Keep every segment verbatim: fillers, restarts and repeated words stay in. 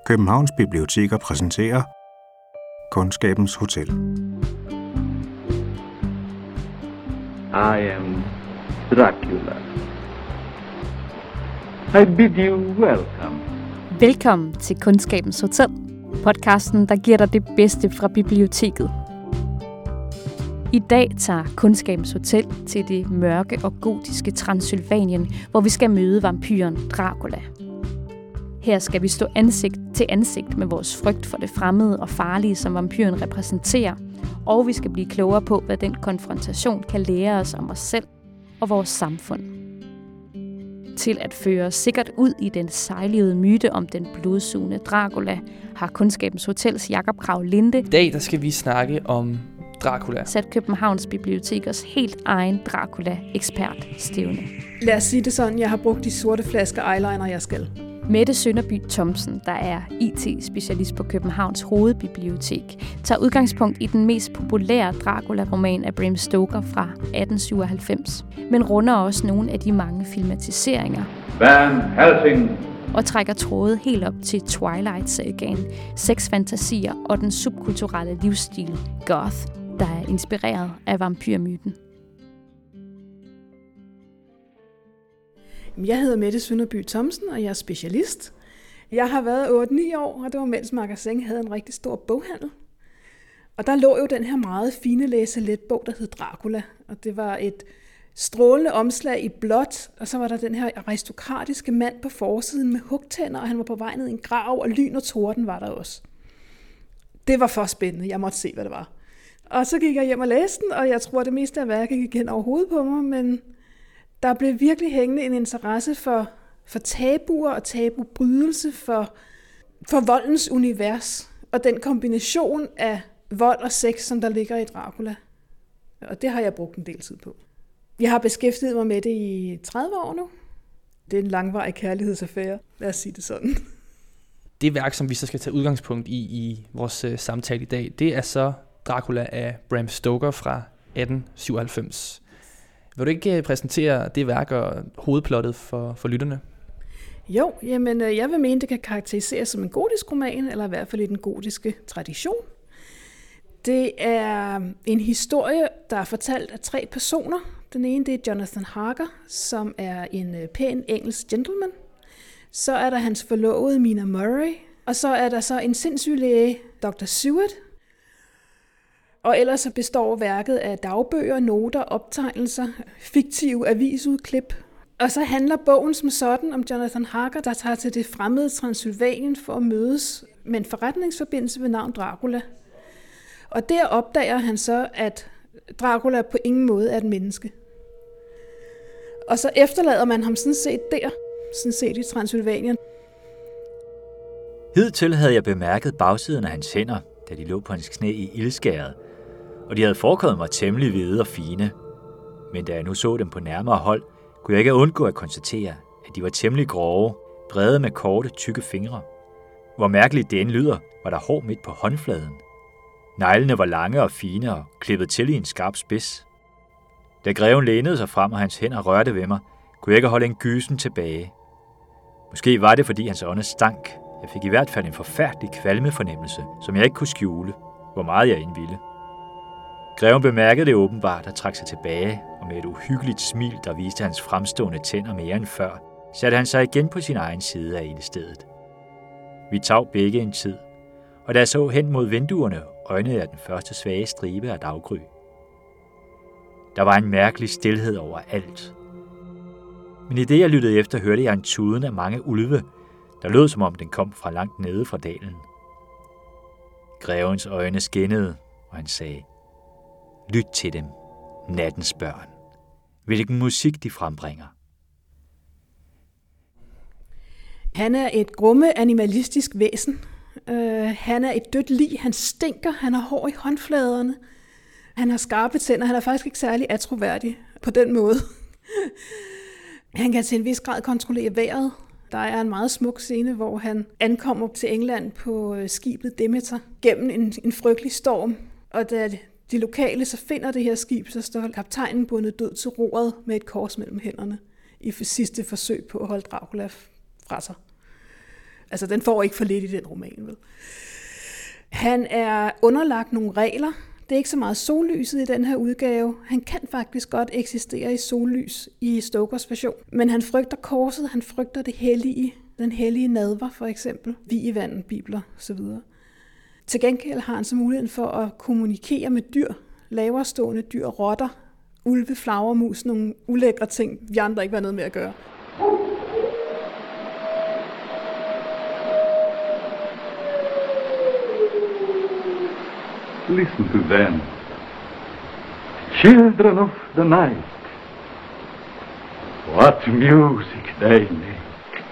Københavns Biblioteker præsenterer Kundskabens Hotel. I am Dracula. I bid you welcome. Velkommen til Kundskabens Hotel, podcasten, der giver dig det bedste fra biblioteket. I dag tager Kundskabens Hotel til det mørke og gotiske Transylvanien, hvor vi skal møde vampyren Dracula. Her skal vi stå ansigt til ansigt med vores frygt for det fremmede og farlige, som vampyren repræsenterer, og vi skal blive klogere på, hvad den konfrontation kan lære os om os selv og vores samfund. Til at føre os sikkert ud i den sejlivede myte om den blodsugende Dracula, har Kundskabens Hotels Jakob Krag Linde I dag der skal vi snakke om Dracula. Sat Københavns Bibliotekers helt egen Dracula-ekspert-stævne. Lad os sige det sådan, jeg har brugt de sorte flasker eyeliner, jeg skal. Mette Sønderby Thomsen, der er I T-specialist på Københavns Hovedbibliotek, tager udgangspunkt i den mest populære Dracula-roman af Bram Stoker fra atten syvoghalvfems, men runder også nogle af de mange filmatiseringer Van Helsing. og trækker tråde helt op til Twilight-sagaen, sexfantasier og den subkulturelle livsstil goth, der er inspireret af vampyrmyten. Jeg hedder Mette Sønderby Thomsen, og jeg er specialist. Jeg har været otte ni år, og det var mens Magasin havde en rigtig stor boghandel. Og der lå jo den her meget fine læse-let-bog, der hed Dracula. Og det var et strålende omslag i blåt, og så var der den her aristokratiske mand på forsiden med hugtænder, og han var på vej ned i en grav, og lyn og torden var der også. Det var for spændende, jeg måtte se, hvad det var. Og så gik jeg hjem og læste den, og jeg tror, det meste af værket gik igen over hovedet på mig, men der blev virkelig hængende en interesse for, for tabuer og tabubrydelse, for, for voldens univers, og den kombination af vold og sex, som der ligger i Dracula. Og det har jeg brugt en del tid på. Jeg har beskæftiget mig med det i tredive år nu. Det er en langvarig kærlighedsaffære, lad os sige det sådan. Det værk, som vi så skal tage udgangspunkt i i vores uh, samtale i dag, det er så Dracula af Bram Stoker fra atten syvoghalvfems. Vil du ikke præsentere det værk og hovedplottet for, for lytterne? Jo, jamen jeg vil mene, det kan karakteriseres som en gotisk roman, eller i hvert fald i den gotiske tradition. Det er en historie, der er fortalt af tre personer. Den ene, det er Jonathan Harker, som er en pæn engelsk gentleman. Så er der hans forlovede Mina Murray, og så er der så en sindssyg læge, doktor Seward. Og ellers så består værket af dagbøger, noter, optegnelser, fiktive avisudklip. Og så handler bogen som sådan om Jonathan Harker, der tager til det fremmede Transylvanien for at mødes med en forretningsforbindelse ved navn Dracula. Og der opdager han så, at Dracula på ingen måde er et menneske. Og så efterlader man ham sådan set der, sådan set i Transylvanien. Hidtil havde jeg bemærket bagsiden af hans hænder, da de lå på hans knæ i ildskæret, og de havde forekommet mig temmelig hvide og fine. Men da jeg nu så dem på nærmere hold, kunne jeg ikke undgå at konstatere, at de var temmelig grove, brede med korte, tykke fingre. Hvor mærkeligt det end lyder, var der hår midt på håndfladen. Neglene var lange og fine og klippet til i en skarp spids. Da greven lænede sig frem, og hans hænder rørte ved mig, kunne jeg ikke holde en gysen tilbage. Måske var det, fordi hans ånde stank. Jeg fik i hvert fald en forfærdelig kvalmefornemmelse, som jeg ikke kunne skjule, hvor meget jeg end ville. Greven bemærkede det åbenbart og trak sig tilbage, og med et uhyggeligt smil, der viste hans fremstående tænder mere end før, satte han sig igen på sin egen side af ildestedet. Vi tav begge en tid, og da jeg så hen mod vinduerne, øjnede jeg den første svage stribe af daggry. Der var en mærkelig stilhed over alt. Men i det, jeg lyttede efter, hørte jeg en tuden af mange ulve, der lød som om den kom fra langt nede fra dalen. Grevens øjne skinnede, og han sagde: "Lyt til dem, nattens børn. Hvilken musik de frembringer." Han er et grumme animalistisk væsen. Uh, han er et dødt lig. Han stinker. Han har hår i håndfladerne. Han har skarpe tænder. Han er faktisk ikke særlig attråværdig på den måde. Han kan til en vis grad kontrollere vejret. Der er en meget smuk scene, hvor han ankommer til England på skibet Demeter gennem en, en frygtelig storm. Og da de lokale så finder det her skib, så står kaptajnen bundet død til roret med et kors mellem hænderne i sidste forsøg på at holde Dracula fra sig. Altså, den får ikke for lidt i den roman, vel? Han er underlagt nogle regler. Det er ikke så meget sollyset i den her udgave. Han kan faktisk godt eksistere i sollys i Stokers version. Men han frygter korset, han frygter det hellige. Den hellige nadver for eksempel. Vi i vandet, bibler osv. Til gengæld har han så muligheden for at kommunikere med dyr. Lavere stående dyr, rotter, ulve, flagermus, nogle ulækre ting, vi andre ikke var noget med at gøre. Listen to them. Children of the night. What music they make.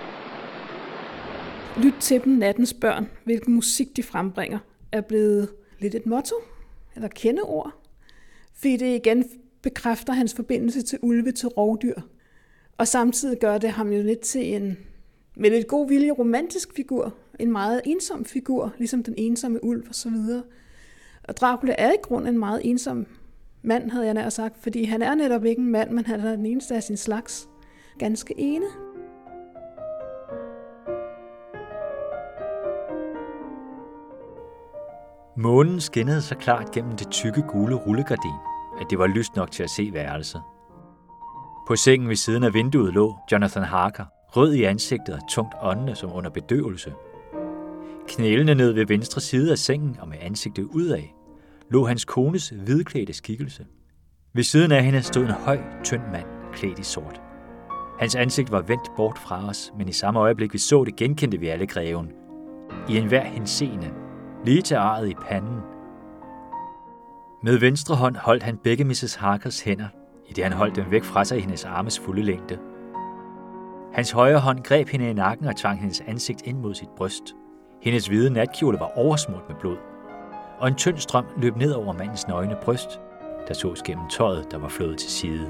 Lyt til dem, nattens børn. Hvilken musik de frembringer, er blevet lidt et motto, eller kendeord. Fordi det igen bekræfter hans forbindelse til ulve, til rovdyr. Og samtidig gør det ham jo lidt til en, med lidt god vilje, romantisk figur. En meget ensom figur, ligesom den ensomme ulv og så videre. Og Dracula er i grund en meget ensom mand, havde jeg nær sagt, fordi han er netop ikke en mand, men han er den eneste af sin slags. Ganske ene. Månen skinnede så klart gennem det tykke gule rullegardin, at det var lyst nok til at se værelset. På sengen ved siden af vinduet lå Jonathan Harker, rød i ansigtet og tungt åndende som under bedøvelse. Knælende ned ved venstre side af sengen og med ansigtet udad, lå hans kones hvidklædte skikkelse. Ved siden af hende stod en høj, tynd mand, klædt i sort. Hans ansigt var vendt bort fra os, men i samme øjeblik vi så det, genkendte vi alle greven. I enhver henseende, lige til arret i panden. Med venstre hånd holdt han begge missus Harkers hænder, i det han holdt dem væk fra sig i hendes armes fulde længde. Hans højre hånd greb hende i nakken og tvang hendes ansigt ind mod sit bryst. Hendes hvide natkjole var oversmurt med blod, og en tynd strøm løb ned over mandens nøgne bryst, der sås gennem tøjet, der var flået til side.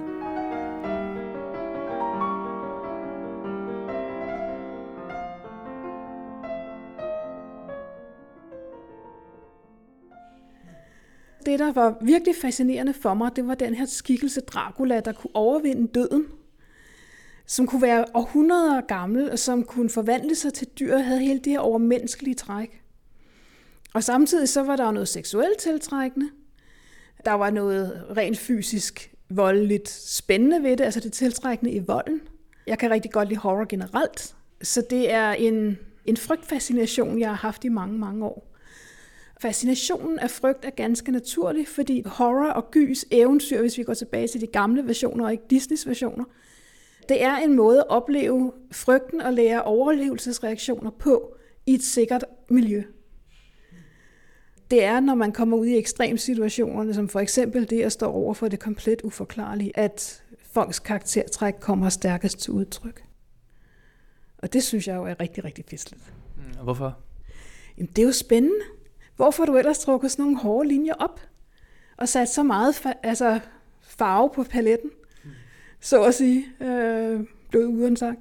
Det, der var virkelig fascinerende for mig, det var den her skikkelse Dracula, der kunne overvinde døden, som kunne være århundreder gammel, og som kunne forvandle sig til dyr, og havde hele det her overmenneskelige træk. Og samtidig så var der jo noget seksuelt tiltrækkende. Der var noget rent fysisk voldeligt spændende ved det, altså det tiltrækkende i volden. Jeg kan rigtig godt lide horror generelt, så det er en, en frygtfascination, jeg har haft i mange, mange år. Fascinationen af frygt er ganske naturlig, fordi horror og gys, eventyr, hvis vi går tilbage til de gamle versioner og ikke Disneys versioner, det er en måde at opleve frygten og lære overlevelsesreaktioner på i et sikkert miljø. Det er, når man kommer ud i ekstremsituationerne, som for eksempel det at stå over for det komplet uforklarlige, at folks karaktertræk kommer stærkest til udtryk. Og det synes jeg jo er rigtig, rigtig festligt. Hvorfor? Jamen, det er jo spændende. Hvorfor har du ellers trukket sådan nogle hårde linjer op og sat så meget fa- altså farve på paletten, så at sige, øh, blev uden sagt.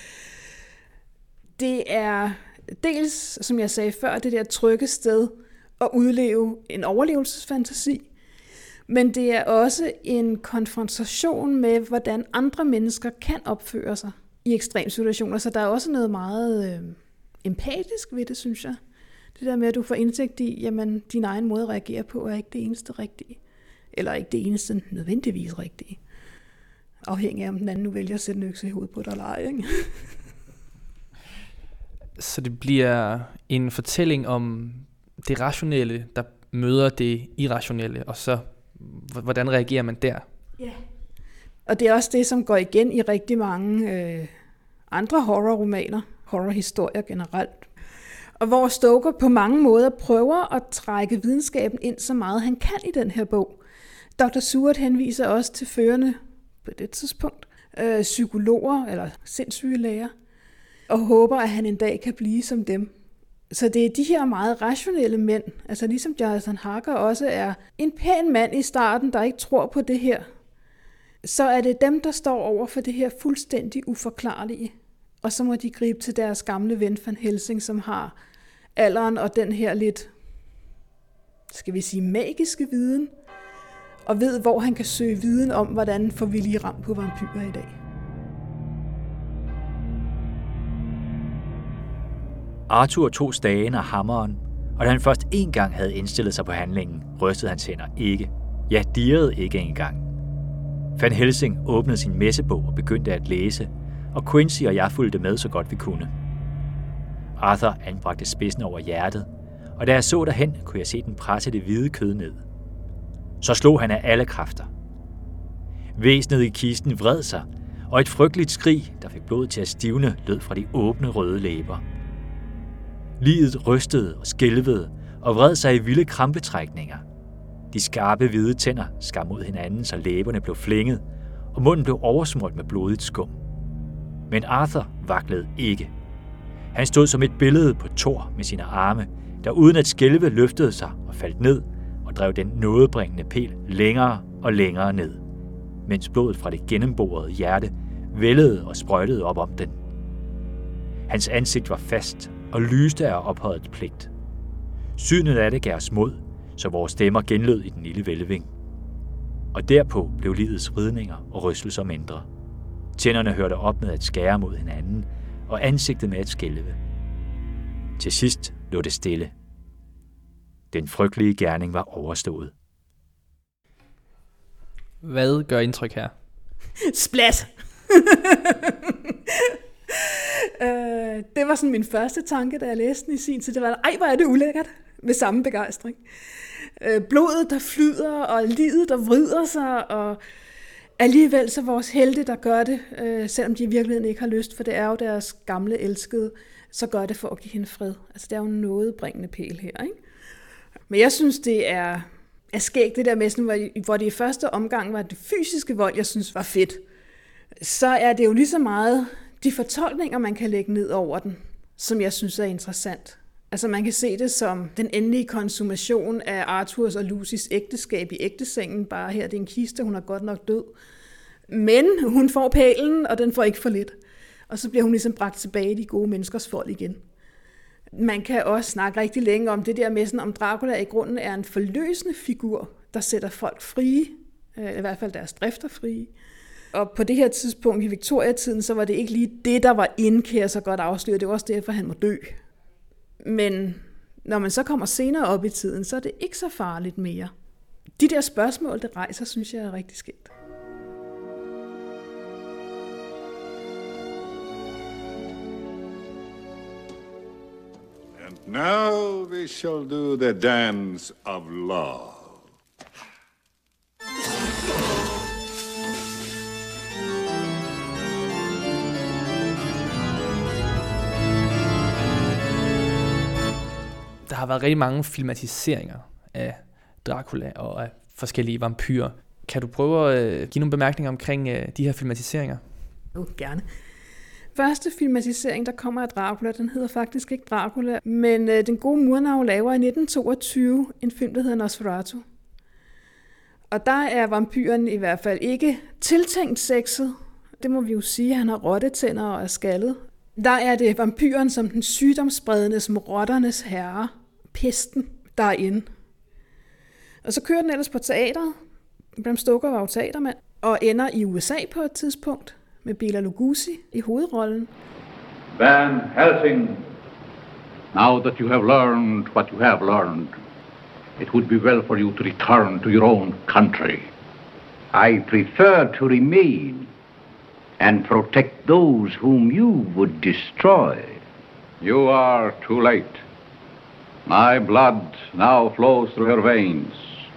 Det er dels, som jeg sagde før, det der trygge sted at udleve en overlevelsesfantasi, men det er også en konfrontation med, hvordan andre mennesker kan opføre sig i ekstremsituationer, så der er også noget meget øh, empatisk ved det, synes jeg. Det der med, at du får indsigt i, jamen, din egen måde at reagere på, er ikke det eneste rigtige. Eller ikke det eneste nødvendigvis rigtige. Afhængig af, om den anden nu vælger at sætte en økse i hovedet på dig eller ej, ikke? Så det bliver en fortælling om det rationelle, der møder det irrationelle, og så hvordan reagerer man der? Ja. Og det er også det, som går igen i rigtig mange øh, andre horrorromaner, horrorhistorier generelt. Og hvor Stoker på mange måder prøver at trække videnskaben ind så meget, han kan i den her bog. doktor Seward henviser også til førende på det tidspunkt, øh, psykologer eller sindssygelæger, og håber, at han en dag kan blive som dem. Så det er de her meget rationelle mænd, altså ligesom Jonathan Harker også er en pæn mand i starten, der ikke tror på det her. Så er det dem, der står over for det her fuldstændig uforklarlige. Og så må de gribe til deres gamle ven Van Helsing, som har alderen og den her lidt, skal vi sige, magiske viden, og ved, hvor han kan søge viden om, hvordan får vi lige ramt på vampyrer i dag. Arthur tog stagen og hammeren, og da han først én gang havde indstillet sig på handlingen, rystede hans hænder ikke. Ja, dirrede ikke engang. Van Helsing åbnede sin messebog og begyndte at læse, og Quincy og jeg fulgte med så godt vi kunne. Arthur anbragte spidsen over hjertet, og da jeg så derhen, kunne jeg se den presse det hvide kød ned. Så slog han af alle kræfter. Væsenet i kisten vred sig, og et frygteligt skrig, der fik blodet til at stivne, lød fra de åbne røde læber. Liget rystede og skælvede og vred sig i vilde krampetrækninger. De skarpe hvide tænder skar mod hinanden, så læberne blev flænget, og munden blev oversmurt med blodigt skum. Men Arthur vaklede ikke. Han stod som et billede på Thor med sine arme, der uden at skælve løftede sig og faldt ned og drev den nådebringende pil længere og længere ned, mens blodet fra det gennemborede hjerte vældede og sprøjtede op om den. Hans ansigt var fast og lyste af ophøjet pligt. Synet af det gav os mod, så vores stemmer genlød i den lille hvælving. Og derpå blev livets ridninger og rystelser mindre. Tænderne hørte op med at skære mod hinanden, og ansigtet med at skælve. Til sidst lå det stille. Den frygtelige gerning var overstået. Hvad gør indtryk her? Splat! øh, det var sådan min første tanke, da jeg læste den i sin tid. Det var, ej, hvor er det ulækkert, med samme begejstring. Øh, blodet, der flyder, og livet, der vrider sig, og alligevel så vores helte, der gør det, øh, selvom de i virkeligheden ikke har lyst, for det er jo deres gamle elskede, så gør det for at give hende fred. Altså, det er jo noget bringende pæl her, ikke? Men jeg synes, det er, er skægt, det der med, sådan, hvor, hvor det i første omgang var det fysiske vold, jeg synes var fedt. Så er det jo lige så meget de fortolkninger, man kan lægge ned over den, som jeg synes er interessant. Altså man kan se det som den endelige konsumation af Arthurs og Lucys ægteskab i ægtesengen. Bare her, det er en kiste, hun er godt nok død. Men hun får pælen, og den får ikke for lidt. Og så bliver hun ligesom bragt tilbage i de gode menneskers fold igen. Man kan også snakke rigtig længe om det der med, sådan, om Dracula i grunden er en forløsende figur, der sætter folk frie, i hvert fald deres drifter frie. Og på det her tidspunkt i Victoria-tiden, så var det ikke lige det, der var inde, kan jeg så godt afsløre. Det var også derfor, han må dø. Men når man så kommer senere op i tiden, så er det ikke så farligt mere. De der spørgsmål, det rejser, synes jeg er rigtig skægt. And now we shall do the dance of love. Der har været rigtig mange filmatiseringer af Dracula og af forskellige vampyrer. Kan du prøve at give nogle bemærkninger omkring de her filmatiseringer? Jo, gerne. Første filmatisering, der kommer af Dracula, den hedder faktisk ikke Dracula, men den gode Murnau laver i nitten toogtyve en film, der hedder Nosferatu. Og der er vampyren i hvert fald ikke tiltænkt sexet. Det må vi jo sige, han har rottetænder og er skaldet. Der er det vampyren som den sygdomsspredende, som rotternes herre, pesten, der er inde. Og så kører den ellers på teateret. Bram Stoker var jo teatermand, og ender i U S A på et tidspunkt med Bela Lugosi i hovedrollen. Van Helsing, now that you have learned what you have learned, it would be well for you to return to your own country. I prefer to remain and protect those whom you would destroy. You are too late. My blood now flows through your veins.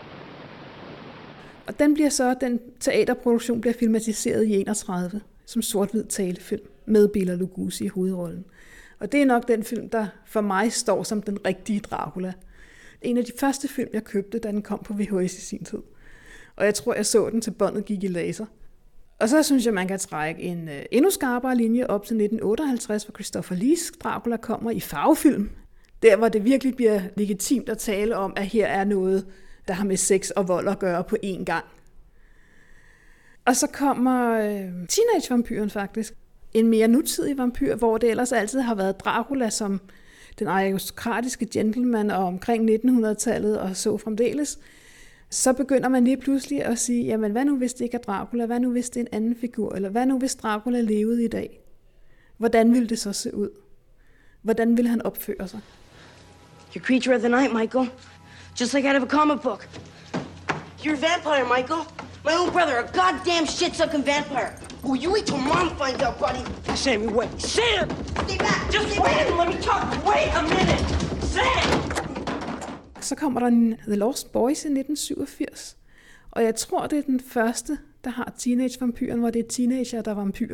Og den bliver så, den teaterproduktion bliver filmatiseret i enogtredive som sort-hvid talefilm med Bela Lugosi i hovedrollen. Og det er nok den film, der for mig står som den rigtige Dracula. En af de første film, jeg købte, da den kom på V H S i sin tid. Og jeg tror, jeg så den til båndet gik i laser. Og så synes jeg, man kan trække en uh, endnu skarpere linje op til nitten otteoghalvtreds, hvor Christopher Lees Dracula kommer i farvefilm. Der, hvor det virkelig bliver legitimt at tale om, at her er noget, der har med sex og vold at gøre på én gang. Og så kommer uh, Teenage-vampyren faktisk. En mere nutidig vampyr, hvor det ellers altid har været Dracula som den aristokratiske gentleman og omkring nitten hundrede-tallet og så fremdeles. Så begynder man lige pludselig at sige, jamen hvad nu hvis det ikke er Dracula, hvad nu hvis det er en anden figur, eller hvad nu hvis Dracula levede i dag? Hvordan ville det så se ud? hvordan ville han opføre sig? You're a creature of the night, Michael. Just like out of a comic book. You're a vampire, Michael. My own brother, a goddamn shit-sucking vampire. Oh, you wait till Mom finds out, buddy. Sammy, wait. Sam! Stay back! Just Stay wait back. Let me talk. Wait a minute! Sam! Så kommer der The Lost Boys i nitten syvogfirs. Og jeg tror, det er den første, der har teenage-vampyren, hvor det er teenager, der er vampyrer.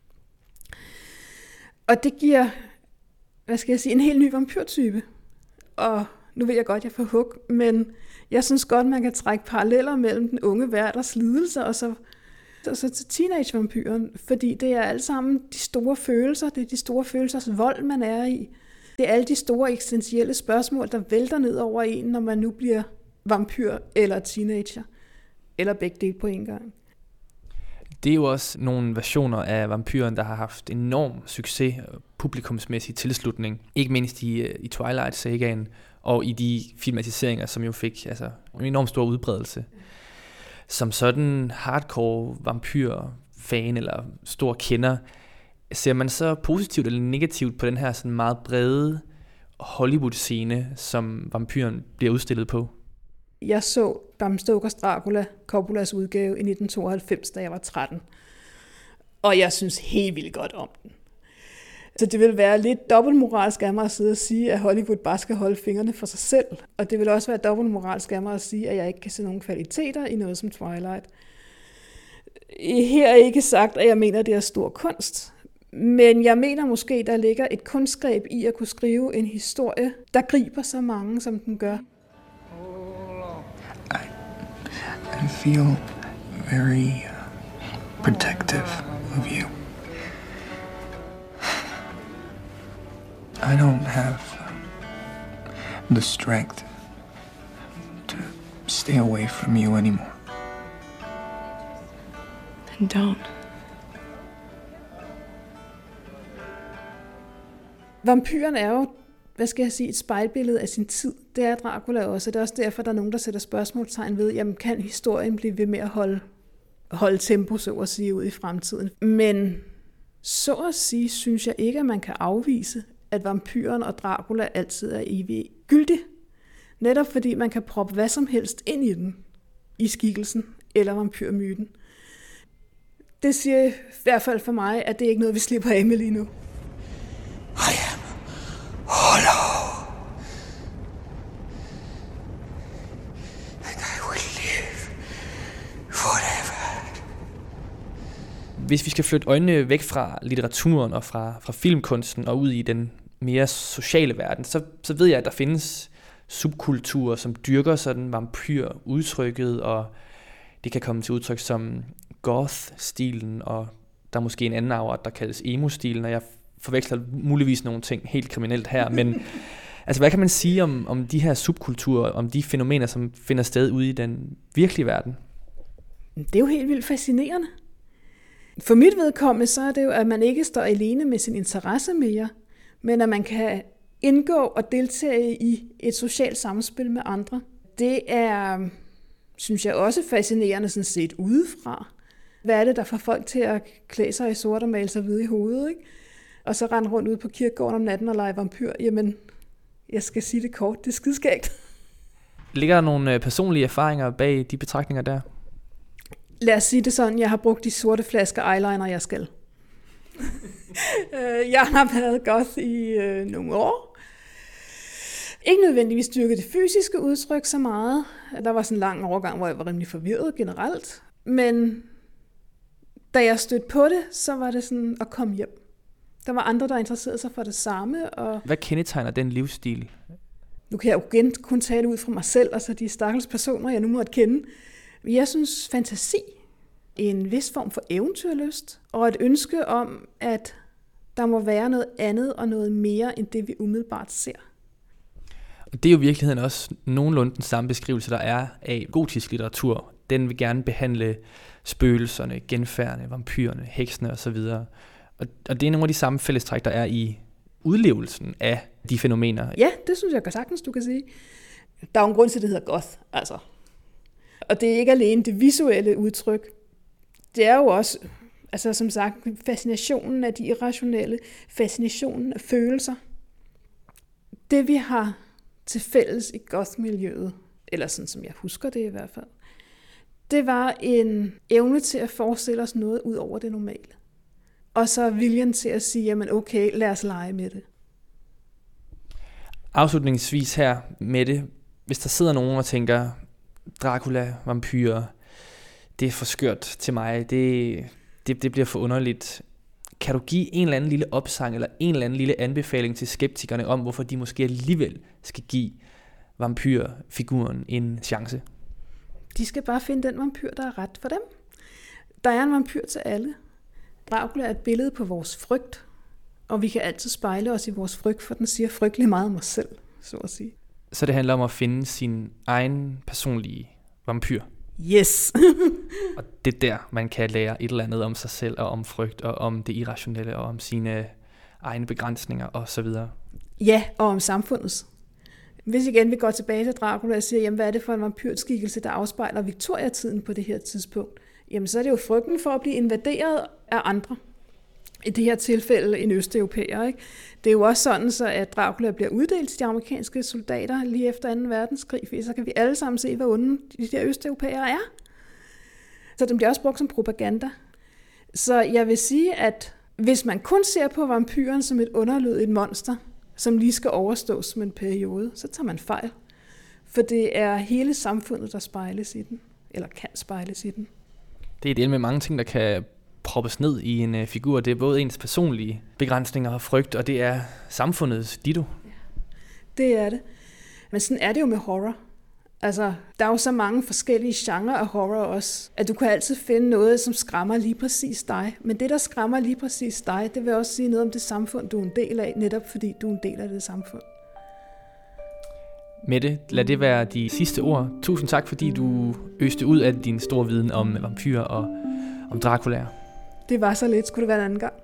Og det giver, hvad skal jeg sige, en helt ny vampyrtype. Og nu ved jeg godt, jeg får hug, men jeg synes godt, man kan trække paralleller mellem den unge Werders lidelser og så, og så til teenage-vampyren, fordi det er alt sammen de store følelser, det er de store følelsers vold, man er i. Det er alle de store eksistentielle spørgsmål, der vælter ned over en, når man nu bliver vampyr eller teenager, eller begge dele på en gang. Det er jo også nogle versioner af vampyren, der har haft enorm succes og publikumsmæssig tilslutning. Ikke mindst i, i Twilight-sagaen og i de filmatiseringer, som jo fik altså, en enorm stor udbredelse. Som sådan hardcore vampyr-fan eller stor kender, ser man så positivt eller negativt på den her sådan meget brede Hollywood-scene, som vampyren bliver udstillet på? Jeg så Bram Stokers Dracula, Coppolas udgave i nitten tooghalvfems, da jeg var tretten. Og jeg synes helt vildt godt om den. Så det vil være lidt dobbeltmoralsk af mig at sidde og sige, at Hollywood bare skal holde fingrene for sig selv. Og det vil også være dobbeltmoralsk af mig at sige, at jeg ikke kan se nogen kvaliteter i noget som Twilight. Her er ikke sagt, at jeg mener, at det er stor kunst. Men jeg mener måske, der ligger et kunstgreb i at kunne skrive en historie, der griber så mange, som den gør. I, I feel very protective of you. I don't have the strength to stay away from you anymore. Then don't. Vampyren er jo, hvad skal jeg sige, et spejlbillede af sin tid. Det er Dracula også. Det er også derfor, der er nogen, der sætter spørgsmålstegn ved, jamen kan historien blive ved med at holde, holde tempo, så at sige, ud i fremtiden. Men så at sige, synes jeg ikke, at man kan afvise, at vampyren og Dracula altid er evig gyldig. Netop fordi man kan proppe hvad som helst ind i den, i skikkelsen eller vampyrmyten. Det siger i hvert fald for mig, at det er ikke noget, vi slipper af med lige nu. I am hollow. And I will live forever. Hvis vi skal flytte øjnene væk fra litteraturen og fra, fra filmkunsten og ud i den mere sociale verden, så, så ved jeg, at der findes subkulturer, som dyrker sådan vampyr-udtrykket, og det kan komme til udtryk som goth-stilen, og der er måske en anden afart, der kaldes emo-stilen, og jeg forveksler muligvis nogle ting helt kriminelt her, men altså, hvad kan man sige om, om de her subkulturer, om de fænomener, som finder sted ude i den virkelige verden? Det er jo helt vildt fascinerende. For mit vedkommende, så er det jo, at man ikke står alene med sin interesse mere, men at man kan indgå og deltage i et socialt samspil med andre. Det er, synes jeg, også fascinerende sådan set udefra. Hvad er det, der får folk til at klæde sig i sort og male sig hvide i hovedet, ikke? Og så rende rundt ud på kirkegården om natten og lege vampyr? Jamen, jeg skal sige det kort, det er skidskægt. Ligger der nogle personlige erfaringer bag de betragtninger der? Lad os sige det sådan, jeg har brugt de sorte flasker eyeliner, jeg skal. Jeg har været goth i øh, nogle år. Ikke nødvendigvis dyrket det fysiske udtryk så meget. Der var sådan en lang overgang, hvor jeg var rimelig forvirret generelt. Men da jeg stødte på det, så var det sådan at komme hjem. Der var andre, der interesserede sig for det samme. Og hvad kendetegner den livsstil? Nu kan jeg jo igen kun tale ud fra mig selv, og så de stakkels personer, jeg nu måtte kende. Jeg synes fantasi, en vis form for eventyrlyst, og et ønske om, at der må være noget andet og noget mere, end det vi umiddelbart ser. Og det er jo i virkeligheden også nogenlunde den samme beskrivelse, der er af gotisk litteratur. Den vil gerne behandle spøgelserne, genfærdene, vampyrerne, heksene osv. Og, og det er nogle af de samme fællestræk, der er i udlevelsen af de fænomener. Ja, det synes jeg godt sagtens, du kan sige. Der er jo en grund til, at det hedder goth, altså. Og det er ikke alene det visuelle udtryk. Det er jo også, altså som sagt, fascinationen af de irrationelle, fascinationen af følelser. Det vi har til fælles i goth-miljøet, eller sådan som jeg husker det i hvert fald, det var en evne til at forestille os noget ud over det normale. Og så viljen til at sige, jamen okay, lad os lege med det. Afslutningsvis her, Mette, hvis der sidder nogen og tænker, Dracula, vampyrer, det er for skørt til mig, det, det, det bliver for underligt. Kan du give en eller anden lille opsang, eller en eller anden lille anbefaling til skeptikerne om, hvorfor de måske alligevel skal give vampyrfiguren en chance? De skal bare finde den vampyr, der er ret for dem. Der er en vampyr til alle. Dracula er et billede på vores frygt, og vi kan altid spejle os i vores frygt, for den siger frygtelig meget om os selv, så at sige. Så det handler om at finde sin egen personlige vampyr? Yes! Og det er der, man kan lære et eller andet om sig selv, og om frygt, og om det irrationelle, og om sine egne begrænsninger, osv. Ja, og om samfundets. Hvis igen vi går tilbage til Dracula og siger, jamen, hvad er det for en vampyrskikkelse, der afspejler Victoria-tiden på det her tidspunkt? Jamen, så er det jo frygten for at blive invaderet af andre. I det her tilfælde en østeuropæer, ikke? Det er jo også sådan, så at Dracula bliver uddelt til de amerikanske soldater lige efter anden verdenskrig, for så kan vi alle sammen se, hvad onde de der østeuropæere er. Så den bliver også brugt som propaganda. Så jeg vil sige, at hvis man kun ser på vampyren som et underlødigt monster, som lige skal overstås som en periode, så tager man fejl. For det er hele samfundet, der spejles i den, eller kan spejles i den. Det er et del med mange ting, der kan proppes ned i en uh, figur. Det er både ens personlige begrænsninger og frygt, og det er samfundets ditto. Ja, det er det. Men sådan er det jo med horror. Altså, der er jo så mange forskellige genrer af horror også, at du kan altid finde noget, som skræmmer lige præcis dig. Men det, der skræmmer lige præcis dig, det vil også sige noget om det samfund, du er en del af, netop fordi du er en del af det samfund. Mette, lad det være de sidste ord. Tusind tak, fordi du øste ud af din store viden om vampyrer og om Dracula. Det var så lidt. Skulle det være en anden gang?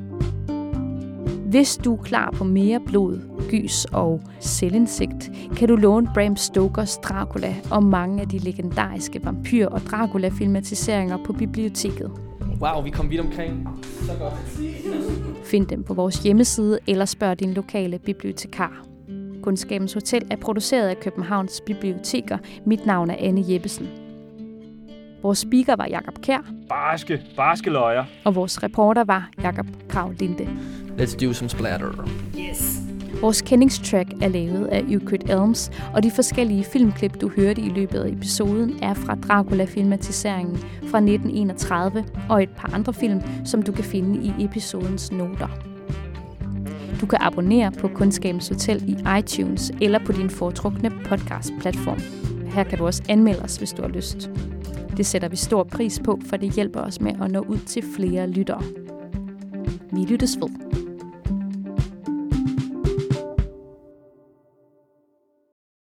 Hvis du er klar på mere blod, gys og selvindsigt, kan du låne Bram Stokers Dracula og mange af de legendariske vampyr- og Dracula-filmatiseringer på biblioteket. Wow, vi kom vidt omkring. Så godt. Find dem på vores hjemmeside eller spørg din lokale bibliotekar. Kundskabens Hotel er produceret af Københavns Biblioteker. Mit navn er Anne Jeppesen. Vores speaker var Jakob Kjær. Barske, barske løjer. Og vores reporter var Jakob Krav Linde. Let's do some splatter. Yes. Vores kendingstrack er lavet af Euclid Elms, og de forskellige filmklip, du hørte i løbet af episoden, er fra Dracula-filmatiseringen fra nitten enogtredive og et par andre film, som du kan finde i episodens noter. Du kan abonnere på Kundskabens Hotel i iTunes eller på din foretrukne podcast-platform. Her kan du også anmelde os, hvis du har lyst. Det sætter vi stor pris på, for det hjælper os med at nå ud til flere lyttere. Vi lyttes ved.